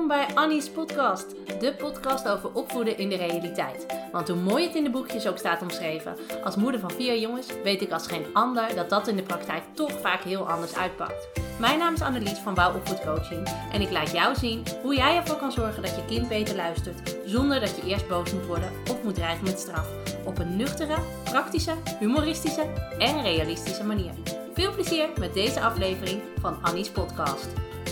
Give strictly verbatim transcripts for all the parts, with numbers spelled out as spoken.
Welkom bij Annie's podcast, de podcast over opvoeden in de realiteit. Want hoe mooi het in de boekjes ook staat omschreven, als moeder van vier jongens weet ik als geen ander dat dat in de praktijk toch vaak heel anders uitpakt. Mijn naam is Annelies van Wouw Opvoedcoaching en ik laat jou zien hoe jij ervoor kan zorgen dat je kind beter luistert, zonder dat je eerst boos moet worden of moet dreigen met straf. Op een nuchtere, praktische, humoristische en realistische manier. Veel plezier met deze aflevering van Annie's podcast.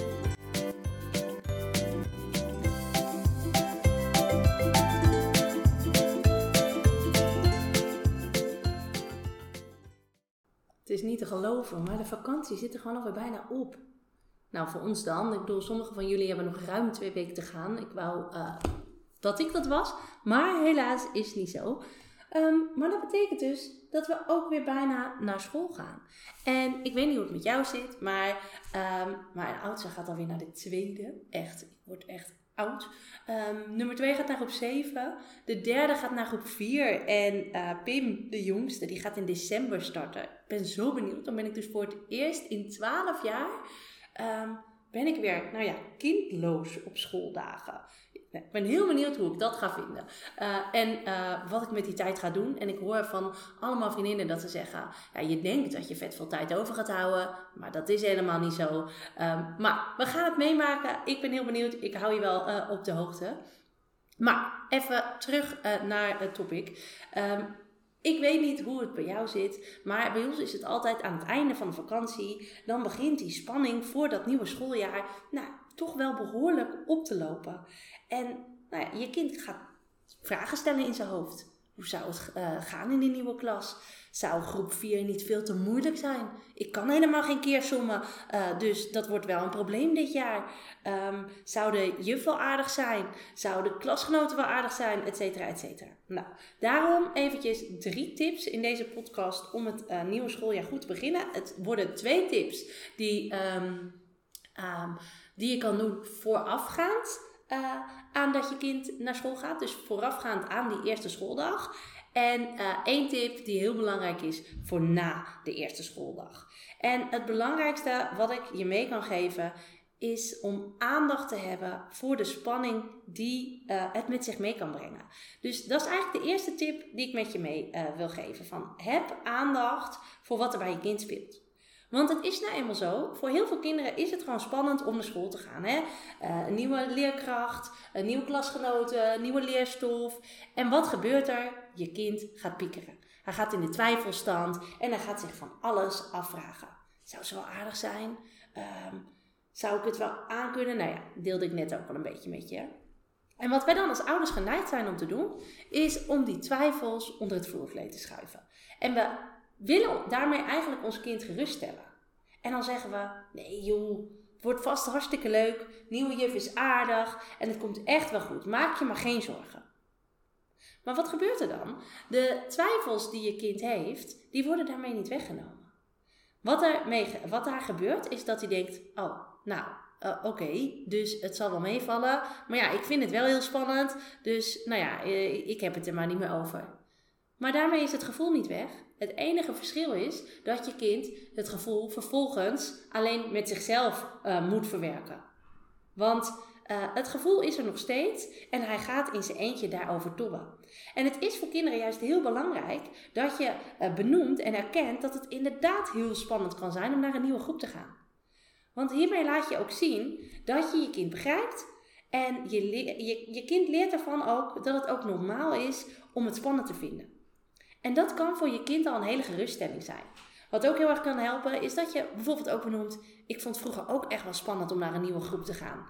Het is niet te geloven, maar de vakantie zit er gewoon alweer bijna op. Nou, voor ons dan. Ik bedoel, sommigen van jullie hebben nog ruim twee weken te gaan. Ik wou uh, dat ik dat was, maar helaas is het niet zo. Um, maar dat betekent dus dat we ook weer bijna naar school gaan. En ik weet niet hoe het met jou zit, maar um, mijn oudste gaat alweer naar de tweede. Echt, ik word echt oud. Um, nummer twee gaat naar groep zeven. De derde gaat naar groep vier. En uh, Pim, de jongste, die gaat in december starten. Ik ben zo benieuwd. Dan ben ik dus voor het eerst in twaalf jaar... Um, ben ik weer, nou ja, kindloos op schooldagen. Ik ben heel benieuwd hoe ik dat ga vinden. Uh, en uh, wat ik met die tijd ga doen. En ik hoor van allemaal vriendinnen dat ze zeggen... Ja, je denkt dat je vet veel tijd over gaat houden. Maar dat is helemaal niet zo. Um, maar we gaan het meemaken. Ik ben heel benieuwd. Ik hou je wel uh, op de hoogte. Maar even terug uh, naar het topic. Um, Ik weet niet hoe het bij jou zit, maar bij ons is het altijd aan het einde van de vakantie. Dan begint die spanning voor dat nieuwe schooljaar nou, toch wel behoorlijk op te lopen. En nou ja, je kind gaat vragen stellen in zijn hoofd. Hoe zou het uh, gaan in die nieuwe klas? Zou groep vier niet veel te moeilijk zijn? Ik kan helemaal geen keersommen, uh, dus dat wordt wel een probleem dit jaar. Um, zou de juf wel aardig zijn? Zouden de klasgenoten wel aardig zijn? Etcetera, etcetera. Nou, daarom eventjes drie tips in deze podcast om het uh, nieuwe schooljaar goed te beginnen. Het worden twee tips die, um, um, die je kan doen voorafgaand uh, aan dat je kind naar school gaat. Dus voorafgaand aan die eerste schooldag. En uh, één tip die heel belangrijk is voor na de eerste schooldag. En het belangrijkste wat ik je mee kan geven is om aandacht te hebben voor de spanning die uh, het met zich mee kan brengen. Dus dat is eigenlijk de eerste tip die ik met je mee uh, wil geven. Van heb aandacht voor wat er bij je kind speelt. Want het is nou eenmaal zo, voor heel veel kinderen is het gewoon spannend om naar school te gaan. Hè? Uh, een nieuwe leerkracht, een nieuwe klasgenoten, een nieuwe leerstof. En wat gebeurt er? Je kind gaat piekeren. Hij gaat in de twijfelstand en hij gaat zich van alles afvragen. Zou ze wel aardig zijn? Um, zou ik het wel aankunnen? Nou ja, deelde ik net ook al een beetje met je. En wat wij dan als ouders geneigd zijn om te doen, is om die twijfels onder het vloerkleed te schuiven. En we willen daarmee eigenlijk ons kind geruststellen. En dan zeggen we, nee joh, het wordt vast hartstikke leuk. Nieuwe juf is aardig en het komt echt wel goed. Maak je maar geen zorgen. Maar wat gebeurt er dan? De twijfels die je kind heeft, die worden daarmee niet weggenomen. Wat er, mee, wat daar gebeurt is dat hij denkt, oh, nou, uh, oké, okay, dus het zal wel meevallen. Maar ja, ik vind het wel heel spannend, dus nou ja, uh, ik heb het er maar niet meer over. Maar daarmee is het gevoel niet weg. Het enige verschil is dat je kind het gevoel vervolgens alleen met zichzelf uh, moet verwerken. Want uh, het gevoel is er nog steeds en hij gaat in zijn eentje daarover tobben. En het is voor kinderen juist heel belangrijk dat je uh, benoemt en erkent dat het inderdaad heel spannend kan zijn om naar een nieuwe groep te gaan. Want hiermee laat je ook zien dat je je kind begrijpt en je, le- je, je kind leert ervan ook dat het ook normaal is om het spannend te vinden. En dat kan voor je kind al een hele geruststelling zijn. Wat ook heel erg kan helpen is dat je bijvoorbeeld ook benoemt, ik vond het vroeger ook echt wel spannend om naar een nieuwe groep te gaan.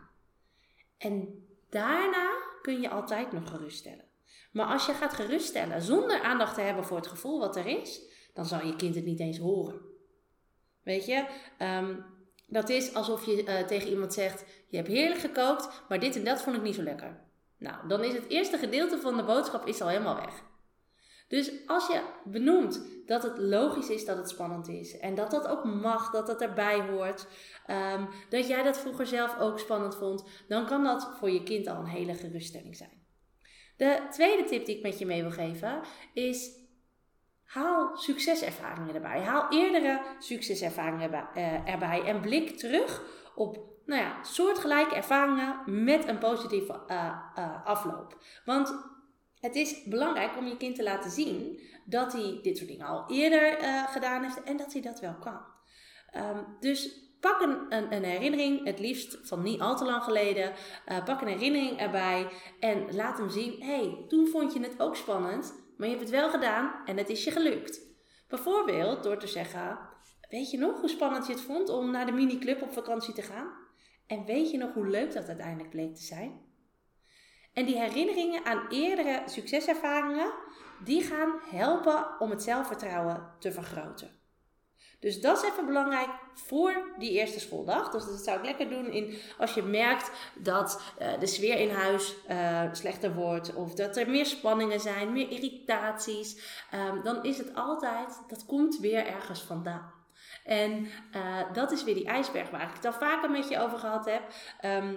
En daarna kun je altijd nog geruststellen. Maar als je gaat geruststellen zonder aandacht te hebben voor het gevoel wat er is, dan zal je kind het niet eens horen. Weet je, um, dat is alsof je uh, tegen iemand zegt, je hebt heerlijk gekookt, maar dit en dat vond ik niet zo lekker. Nou, dan is het eerste gedeelte van de boodschap is al helemaal weg. Dus als je benoemt dat het logisch is dat het spannend is en dat dat ook mag, dat dat erbij hoort, um, dat jij dat vroeger zelf ook spannend vond, dan kan dat voor je kind al een hele geruststelling zijn. De tweede tip die ik met je mee wil geven is, haal succeservaringen erbij. Haal eerdere succeservaringen erbij, uh, erbij en blik terug op nou ja, soortgelijke ervaringen met een positieve uh, uh, afloop. Want het is belangrijk om je kind te laten zien dat hij dit soort dingen al eerder uh, gedaan heeft en dat hij dat wel kan. Um, dus pak een, een, een herinnering, het liefst van niet al te lang geleden. Uh, pak een herinnering erbij en laat hem zien, hé, hey, toen vond je het ook spannend, maar je hebt het wel gedaan en het is je gelukt. Bijvoorbeeld door te zeggen, weet je nog hoe spannend je het vond om naar de miniclub op vakantie te gaan? En weet je nog hoe leuk dat uiteindelijk bleek te zijn? En die herinneringen aan eerdere succeservaringen, die gaan helpen om het zelfvertrouwen te vergroten. Dus dat is even belangrijk voor die eerste schooldag. Dus dat zou ik lekker doen in, als je merkt dat uh, de sfeer in huis uh, slechter wordt. Of dat er meer spanningen zijn, meer irritaties. Um, dan is het altijd, dat komt weer ergens vandaan. En uh, dat is weer die ijsberg waar ik het al vaker met je over gehad heb. Um,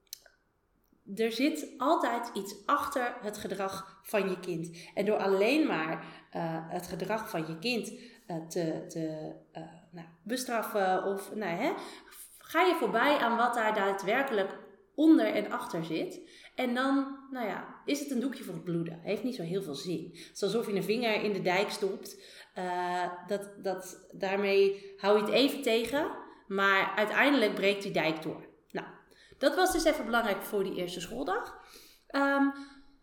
Er zit altijd iets achter het gedrag van je kind. En door alleen maar uh, het gedrag van je kind uh, te, te uh, nou, bestraffen of nou, hè, ga je voorbij aan wat daar daadwerkelijk onder en achter zit. En dan nou ja, is het een doekje voor het bloeden. Heeft niet zo heel veel zin. Het is alsof je een vinger in de dijk stopt. Uh, dat, dat, daarmee hou je het even tegen. Maar uiteindelijk breekt die dijk door. Nou. Dat was dus even belangrijk voor die eerste schooldag. Um,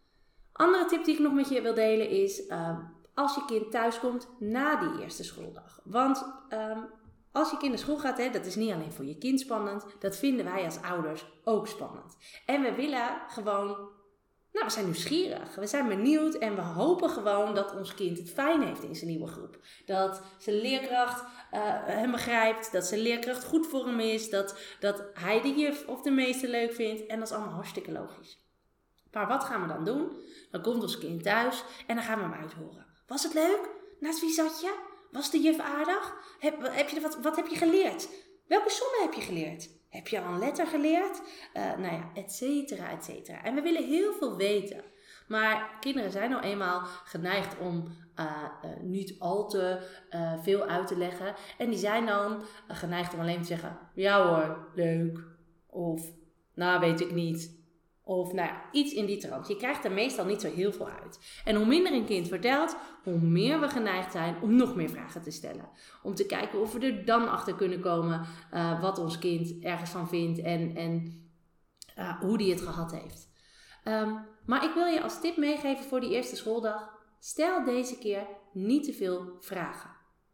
andere tip die ik nog met je wil delen is um, als je kind thuis komt na die eerste schooldag. Want um, als je kind naar school gaat, hè, dat is niet alleen voor je kind spannend. Dat vinden wij als ouders ook spannend. En we willen gewoon, nou we zijn nieuwsgierig. We zijn benieuwd en we hopen gewoon dat ons kind het fijn heeft in zijn nieuwe groep. Dat zijn leerkracht uh, hem begrijpt, dat zijn leerkracht goed voor hem is, dat, dat hij de juf of de meester leuk vindt. En dat is allemaal hartstikke logisch. Maar wat gaan we dan doen? Dan komt ons kind thuis en dan gaan we hem uithoren. Was het leuk? Naast wie zat je? Was de juf aardig? Heb, heb je, wat, wat heb je geleerd? Welke sommen heb je geleerd? Heb je al een letter geleerd? Uh, nou ja, et cetera, et cetera. En we willen heel veel weten. Maar kinderen zijn nou eenmaal geneigd om uh, uh, niet al te uh, veel uit te leggen. En die zijn dan uh, geneigd om alleen te zeggen, ja hoor, leuk. Of, nou weet ik niet. Of nou ja, iets in die trant. Je krijgt er meestal niet zo heel veel uit. En hoe minder een kind vertelt, hoe meer we geneigd zijn om nog meer vragen te stellen. Om te kijken of we er dan achter kunnen komen uh, wat ons kind ergens van vindt en, en uh, hoe die het gehad heeft. Um, maar ik wil je als tip meegeven voor die eerste schooldag. Stel deze keer niet te veel vragen.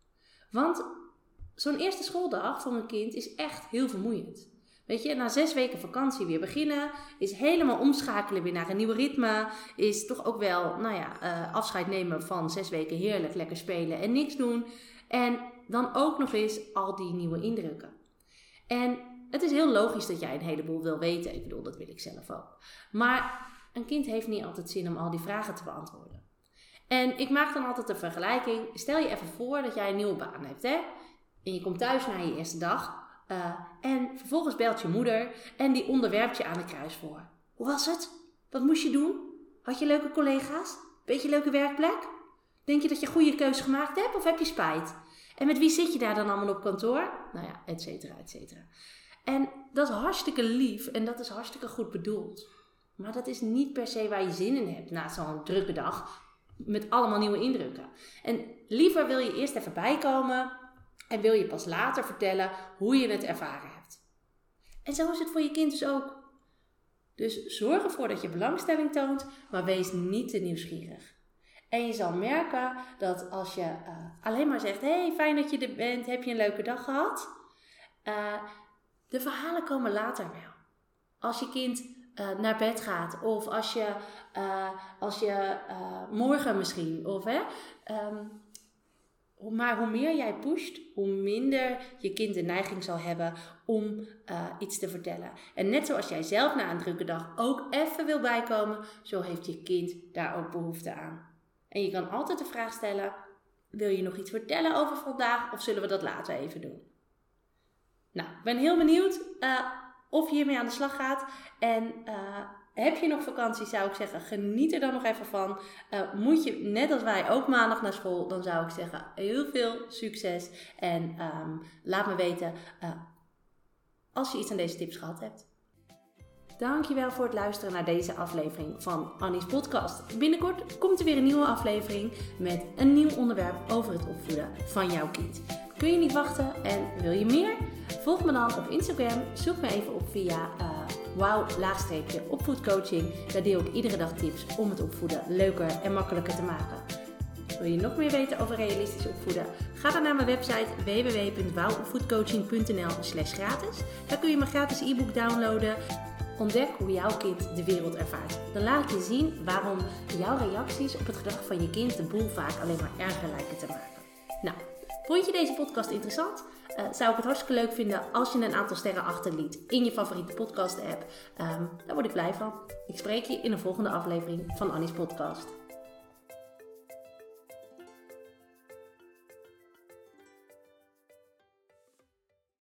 Want zo'n eerste schooldag voor een kind is echt heel vermoeiend. Weet je, na zes weken vakantie weer beginnen, is helemaal omschakelen weer naar een nieuw ritme, is toch ook wel, nou ja, uh, afscheid nemen van zes weken heerlijk lekker spelen en niks doen. En dan ook nog eens al die nieuwe indrukken. En het is heel logisch dat jij een heleboel wil weten, ik bedoel, dat wil ik zelf ook. Maar een kind heeft niet altijd zin om al die vragen te beantwoorden. En ik maak dan altijd een vergelijking. Stel je even voor dat jij een nieuwe baan hebt, hè? En je komt thuis na je eerste dag. Uh, en vervolgens belt je moeder en die onderwerpt je aan de kruisvoor. Hoe was het? Wat moest je doen? Had je leuke collega's? Beetje leuke werkplek? Denk je dat je goede keuze gemaakt hebt of heb je spijt? En met wie zit je daar dan allemaal op kantoor? Nou ja, et cetera, et cetera. En dat is hartstikke lief en dat is hartstikke goed bedoeld. Maar dat is niet per se waar je zin in hebt na zo'n drukke dag met allemaal nieuwe indrukken. En liever wil je eerst even bijkomen en wil je pas later vertellen hoe je het ervaren hebt. En zo is het voor je kind dus ook. Dus zorg ervoor dat je belangstelling toont, maar wees niet te nieuwsgierig. En je zal merken dat als je uh, alleen maar zegt, hey, fijn dat je er bent, heb je een leuke dag gehad? Uh, de verhalen komen later wel. Als je kind uh, naar bed gaat of als je, uh, als je uh, morgen misschien, of hè... Um, Maar hoe meer jij pusht, hoe minder je kind de neiging zal hebben om uh, iets te vertellen. En net zoals jij zelf na een drukke dag ook even wil bijkomen, zo heeft je kind daar ook behoefte aan. En je kan altijd de vraag stellen, wil je nog iets vertellen over vandaag of zullen we dat later even doen? Nou, ik ben heel benieuwd uh, of je hiermee aan de slag gaat. En uh, heb je nog vakantie, zou ik zeggen, geniet er dan nog even van. Uh, moet je, net als wij, ook maandag naar school, dan zou ik zeggen, heel veel succes. En um, laat me weten uh, als je iets aan deze tips gehad hebt. Dankjewel voor het luisteren naar deze aflevering van Annie's podcast. Binnenkort komt er weer een nieuwe aflevering met een nieuw onderwerp over het opvoeden van jouw kind. Kun je niet wachten en wil je meer? Volg me dan op Instagram. Zoek me even op via uh, wow-opvoedcoaching. Daar deel ik iedere dag tips om het opvoeden leuker en makkelijker te maken. Wil je nog meer weten over realistisch opvoeden? Ga dan naar mijn website w w w punt wow-opvoedcoaching punt n l slash gratis. Daar kun je mijn gratis e-book downloaden. Ontdek hoe jouw kind de wereld ervaart. Dan laat ik je zien waarom jouw reacties op het gedrag van je kind de boel vaak alleen maar erger lijken te maken. Nou, vond je deze podcast interessant? Uh, zou ik het hartstikke leuk vinden als je een aantal sterren achterliet in je favoriete podcast app. Um, daar word ik blij van. Ik spreek je in de volgende aflevering van Annie's podcast.